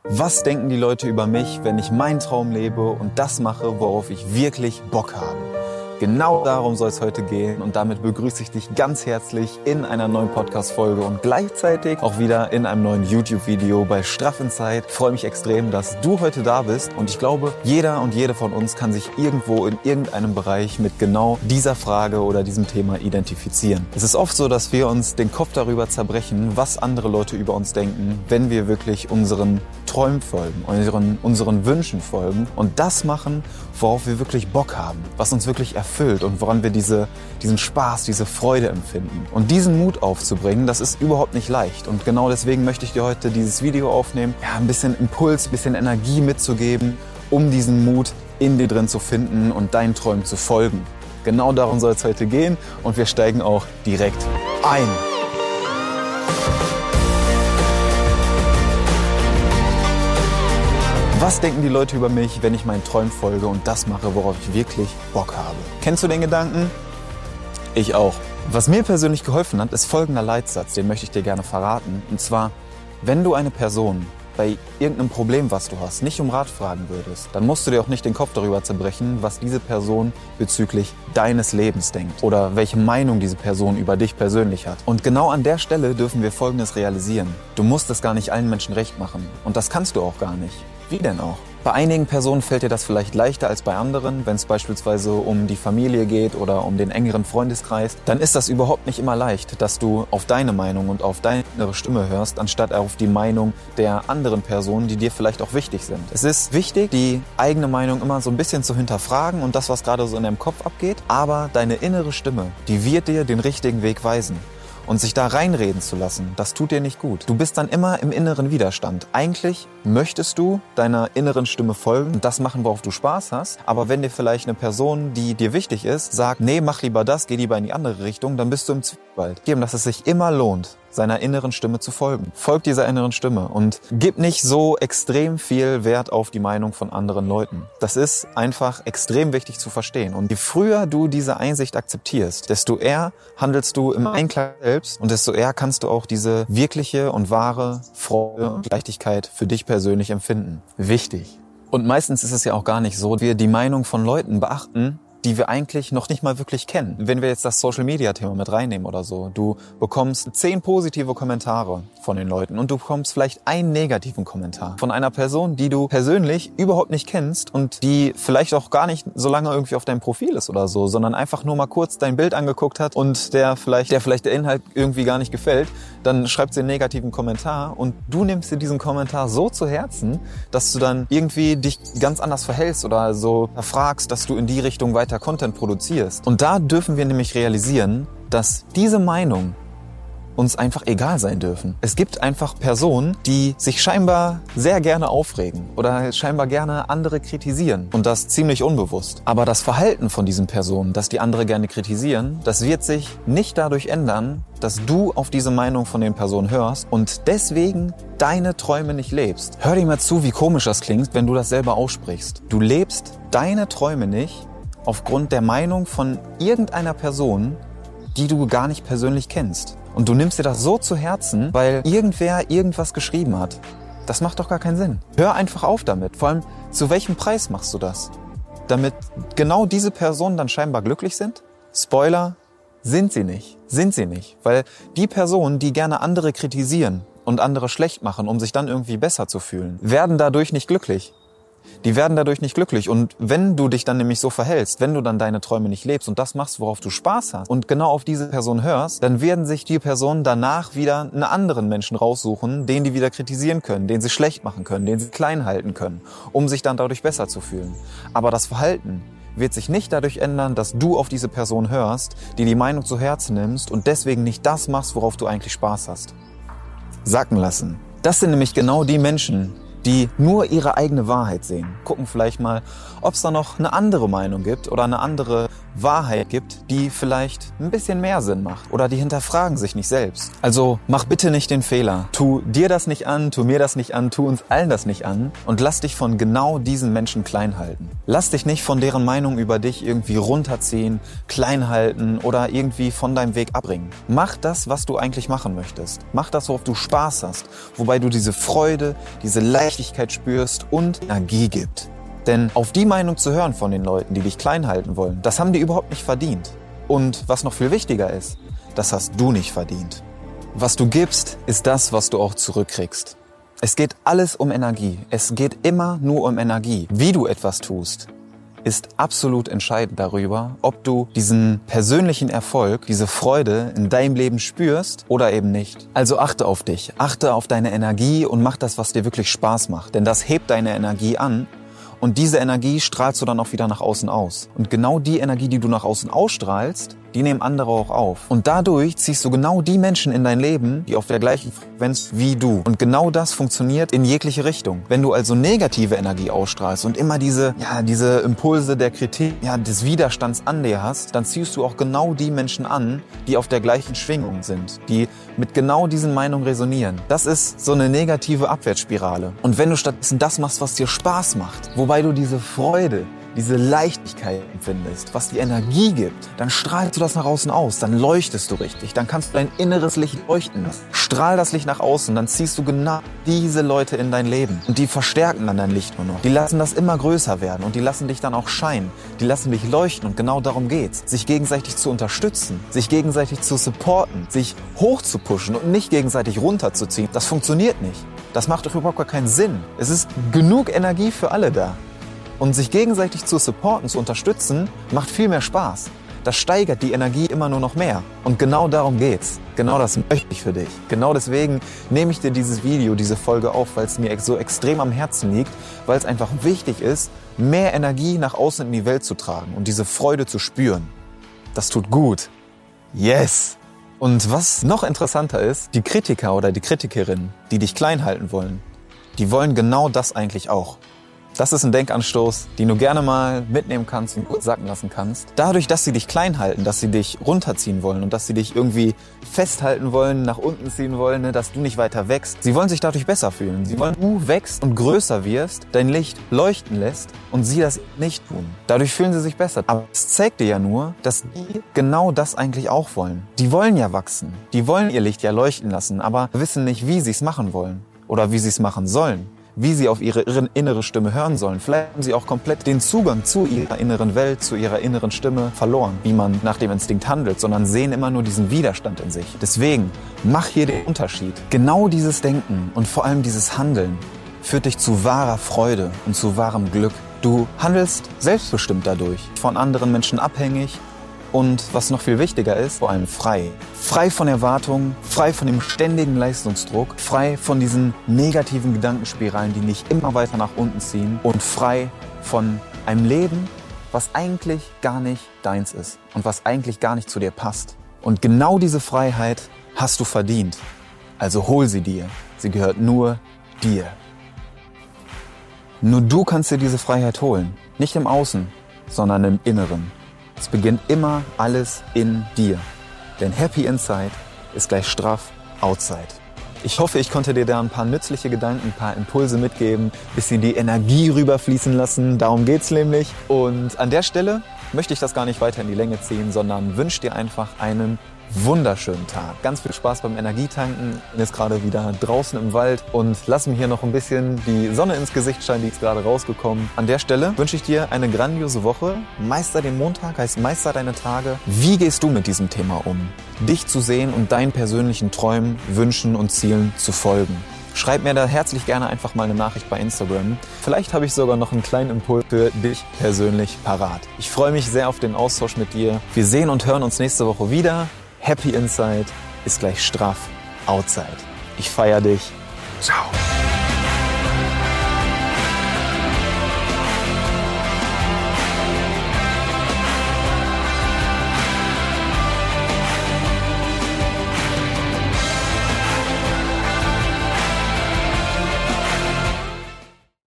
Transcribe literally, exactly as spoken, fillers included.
Was denken die Leute über mich, wenn ich meinen Traum lebe und das mache, worauf ich wirklich Bock habe? Genau darum soll es heute gehen und damit begrüße ich dich ganz herzlich in einer neuen Podcast-Folge und gleichzeitig auch wieder in einem neuen YouTube-Video bei Straff in Zeit. Ich freue mich extrem, dass du heute da bist und ich glaube, jeder und jede von uns kann sich irgendwo in irgendeinem Bereich mit genau dieser Frage oder diesem Thema identifizieren. Es ist oft so, dass wir uns den Kopf darüber zerbrechen, was andere Leute über uns denken, wenn wir wirklich unseren Träumen folgen, unseren, unseren Wünschen folgen und das machen, worauf wir wirklich Bock haben, was uns wirklich erfüllt. erfüllt und woran wir diese, diesen Spaß, diese Freude empfinden. Und diesen Mut aufzubringen, das ist überhaupt nicht leicht. Und genau deswegen möchte ich dir heute dieses Video aufnehmen, ja, ein bisschen Impuls, ein bisschen Energie mitzugeben, um diesen Mut in dir drin zu finden und deinen Träumen zu folgen. Genau darum soll es heute gehen und wir steigen auch direkt ein. Was denken die Leute über mich, wenn ich meinen Träumen folge und das mache, worauf ich wirklich Bock habe? Kennst du den Gedanken? Ich auch. Was mir persönlich geholfen hat, ist folgender Leitsatz, den möchte ich dir gerne verraten. Und zwar, wenn du eine Person bei irgendeinem Problem, was du hast, nicht um Rat fragen würdest, dann musst du dir auch nicht den Kopf darüber zerbrechen, was diese Person bezüglich deines Lebens denkt oder welche Meinung diese Person über dich persönlich hat. Und genau an der Stelle dürfen wir Folgendes realisieren. Du musst es gar nicht allen Menschen recht machen. Und das kannst du auch gar nicht. Wie denn auch? Bei einigen Personen fällt dir das vielleicht leichter als bei anderen, wenn es beispielsweise um die Familie geht oder um den engeren Freundeskreis. Dann ist das überhaupt nicht immer leicht, dass du auf deine Meinung und auf deine innere Stimme hörst, anstatt auf die Meinung der anderen Personen, die dir vielleicht auch wichtig sind. Es ist wichtig, die eigene Meinung immer so ein bisschen zu hinterfragen und das, was gerade so in deinem Kopf abgeht. Aber deine innere Stimme, die wird dir den richtigen Weg weisen. Und sich da reinreden zu lassen, das tut dir nicht gut. Du bist dann immer im inneren Widerstand. Eigentlich möchtest du deiner inneren Stimme folgen und das machen, worauf du Spaß hast. Aber wenn dir vielleicht eine Person, die dir wichtig ist, sagt, nee, mach lieber das, geh lieber in die andere Richtung, dann bist du im Zwiespalt. Geben, dass es sich immer lohnt, seiner inneren Stimme zu folgen. Folg dieser inneren Stimme und gib nicht so extrem viel Wert auf die Meinung von anderen Leuten. Das ist einfach extrem wichtig zu verstehen. Und je früher du diese Einsicht akzeptierst, desto eher handelst du im Einklang selbst und desto eher kannst du auch diese wirkliche und wahre Freude und Leichtigkeit für dich persönlich empfinden. Wichtig. Und meistens ist es ja auch gar nicht so, dass wir die Meinung von Leuten beachten, die wir eigentlich noch nicht mal wirklich kennen. Wenn wir jetzt das Social-Media-Thema mit reinnehmen oder so, du bekommst zehn positive Kommentare von den Leuten und du bekommst vielleicht einen negativen Kommentar von einer Person, die du persönlich überhaupt nicht kennst und die vielleicht auch gar nicht so lange irgendwie auf deinem Profil ist oder so, sondern einfach nur mal kurz dein Bild angeguckt hat und der vielleicht, der vielleicht der Inhalt irgendwie gar nicht gefällt, dann schreibt sie einen negativen Kommentar und du nimmst dir diesen Kommentar so zu Herzen, dass du dann irgendwie dich ganz anders verhältst oder so fragst, dass du in die Richtung weiter Content produzierst. Und da dürfen wir nämlich realisieren, dass diese Meinung uns einfach egal sein dürfen. Es gibt einfach Personen, die sich scheinbar sehr gerne aufregen oder scheinbar gerne andere kritisieren und das ziemlich unbewusst. Aber das Verhalten von diesen Personen, dass die andere gerne kritisieren, das wird sich nicht dadurch ändern, dass du auf diese Meinung von den Personen hörst und deswegen deine Träume nicht lebst. Hör dir mal zu, wie komisch das klingt, wenn du das selber aussprichst. Du lebst deine Träume nicht aufgrund der Meinung von irgendeiner Person, die du gar nicht persönlich kennst. Und du nimmst dir das so zu Herzen, weil irgendwer irgendwas geschrieben hat. Das macht doch gar keinen Sinn. Hör einfach auf damit. Vor allem, zu welchem Preis machst du das? Damit genau diese Personen dann scheinbar glücklich sind? Spoiler, sind sie nicht. Sind sie nicht. Weil die Personen, die gerne andere kritisieren und andere schlecht machen, um sich dann irgendwie besser zu fühlen, werden dadurch nicht glücklich. Die werden dadurch nicht glücklich. Und wenn du dich dann nämlich so verhältst, wenn du dann deine Träume nicht lebst und das machst, worauf du Spaß hast und genau auf diese Person hörst, dann werden sich die Personen danach wieder einen anderen Menschen raussuchen, den die wieder kritisieren können, den sie schlecht machen können, den sie klein halten können, um sich dann dadurch besser zu fühlen. Aber das Verhalten wird sich nicht dadurch ändern, dass du auf diese Person hörst, die die Meinung zu Herzen nimmst und deswegen nicht das machst, worauf du eigentlich Spaß hast. Sacken lassen. Das sind nämlich genau die Menschen, die nur ihre eigene Wahrheit sehen. Gucken vielleicht mal, ob es da noch eine andere Meinung gibt oder eine andere Wahrheit gibt, die vielleicht ein bisschen mehr Sinn macht oder die hinterfragen sich nicht selbst. Also mach bitte nicht den Fehler. Tu dir das nicht an, tu mir das nicht an, tu uns allen das nicht an und lass dich von genau diesen Menschen klein halten. Lass dich nicht von deren Meinung über dich irgendwie runterziehen, klein halten oder irgendwie von deinem Weg abbringen. Mach das, was du eigentlich machen möchtest. Mach das, worauf du Spaß hast, wobei du diese Freude, diese Leichtigkeit Leichtigkeit spürst und Energie gibt. Denn auf die Meinung zu hören von den Leuten, die dich klein halten wollen, das haben die überhaupt nicht verdient. Und was noch viel wichtiger ist, das hast du nicht verdient. Was du gibst, ist das, was du auch zurückkriegst. Es geht alles um Energie. Es geht immer nur um Energie. Wie du etwas tust, ist absolut entscheidend darüber, ob du diesen persönlichen Erfolg, diese Freude in deinem Leben spürst oder eben nicht. Also achte auf dich, achte auf deine Energie und mach das, was dir wirklich Spaß macht. Denn das hebt deine Energie an. Und diese Energie strahlst du dann auch wieder nach außen aus. Und genau die Energie, die du nach außen ausstrahlst, die nehmen andere auch auf. Und dadurch ziehst du genau die Menschen in dein Leben, die auf der gleichen Frequenz wie du. Und genau das funktioniert in jegliche Richtung. Wenn du also negative Energie ausstrahlst und immer diese, ja, diese Impulse der Kritik, ja, des Widerstands an dir hast, dann ziehst du auch genau die Menschen an, die auf der gleichen Schwingung sind, die mit genau diesen Meinungen resonieren. Das ist so eine negative Abwärtsspirale. Und wenn du stattdessen das machst, was dir Spaß macht, wobei du diese Freude, diese Leichtigkeit empfindest, was die Energie gibt, dann strahlst du das nach außen aus, dann leuchtest du richtig, dann kannst du dein inneres Licht leuchten lassen. Strahl das Licht nach außen, dann ziehst du genau diese Leute in dein Leben und die verstärken dann dein Licht nur noch. Die lassen das immer größer werden und die lassen dich dann auch scheinen, die lassen dich leuchten und genau darum geht's. Sich gegenseitig zu unterstützen, sich gegenseitig zu supporten, sich hoch zu pushen und nicht gegenseitig runterzuziehen, das funktioniert nicht. Das macht doch überhaupt gar keinen Sinn. Es ist genug Energie für alle da. Und sich gegenseitig zu supporten, zu unterstützen, macht viel mehr Spaß. Das steigert die Energie immer nur noch mehr. Und genau darum geht's. Genau das möchte ich für dich. Genau deswegen nehme ich dir dieses Video, diese Folge auf, weil es mir so extrem am Herzen liegt, weil es einfach wichtig ist, mehr Energie nach außen in die Welt zu tragen und diese Freude zu spüren. Das tut gut. Yes! Und was noch interessanter ist, die Kritiker oder die Kritikerinnen, die dich klein halten wollen, die wollen genau das eigentlich auch. Das ist ein Denkanstoß, den du gerne mal mitnehmen kannst und kurz sacken lassen kannst. Dadurch, dass sie dich klein halten, dass sie dich runterziehen wollen und dass sie dich irgendwie festhalten wollen, nach unten ziehen wollen, ne, dass du nicht weiter wächst. Sie wollen sich dadurch besser fühlen. Sie wollen, dass du wächst und größer wirst, dein Licht leuchten lässt und sie das nicht tun. Dadurch fühlen sie sich besser. Aber es zeigt dir ja nur, dass die genau das eigentlich auch wollen. Die wollen ja wachsen. Die wollen ihr Licht ja leuchten lassen, aber wissen nicht, wie sie es machen wollen oder wie sie es machen sollen. Wie sie auf ihre innere Stimme hören sollen. Vielleicht haben sie auch komplett den Zugang zu ihrer inneren Welt, zu ihrer inneren Stimme verloren, wie man nach dem Instinkt handelt, sondern sehen immer nur diesen Widerstand in sich. Deswegen, mach hier den Unterschied. Genau dieses Denken und vor allem dieses Handeln führt dich zu wahrer Freude und zu wahrem Glück. Du handelst selbstbestimmt dadurch, von anderen Menschen abhängig und, was noch viel wichtiger ist, vor allem frei. Frei von Erwartungen, frei von dem ständigen Leistungsdruck, frei von diesen negativen Gedankenspiralen, die dich immer weiter nach unten ziehen und frei von einem Leben, was eigentlich gar nicht deins ist und was eigentlich gar nicht zu dir passt. Und genau diese Freiheit hast du verdient. Also hol sie dir. Sie gehört nur dir. Nur du kannst dir diese Freiheit holen. Nicht im Außen, sondern im Inneren. Es beginnt immer alles in dir. Denn Happy Inside ist gleich straff Outside. Ich hoffe, ich konnte dir da ein paar nützliche Gedanken, ein paar Impulse mitgeben, bisschen die Energie rüberfließen lassen. Darum geht's nämlich. Und an der Stelle möchte ich das gar nicht weiter in die Länge ziehen, sondern wünsche dir einfach einen wunderschönen Tag. Ganz viel Spaß beim Energietanken. Ich bin jetzt gerade wieder draußen im Wald und lass mir hier noch ein bisschen die Sonne ins Gesicht scheinen, die ist gerade rausgekommen. An der Stelle wünsche ich dir eine grandiose Woche. Meister den Montag heißt Meister deine Tage. Wie gehst du mit diesem Thema um? Dich zu sehen und deinen persönlichen Träumen, Wünschen und Zielen zu folgen. Schreib mir da herzlich gerne einfach mal eine Nachricht bei Instagram. Vielleicht habe ich sogar noch einen kleinen Impuls für dich persönlich parat. Ich freue mich sehr auf den Austausch mit dir. Wir sehen und hören uns nächste Woche wieder. Happy Inside ist gleich straff Outside. Ich feiere dich. Ciao.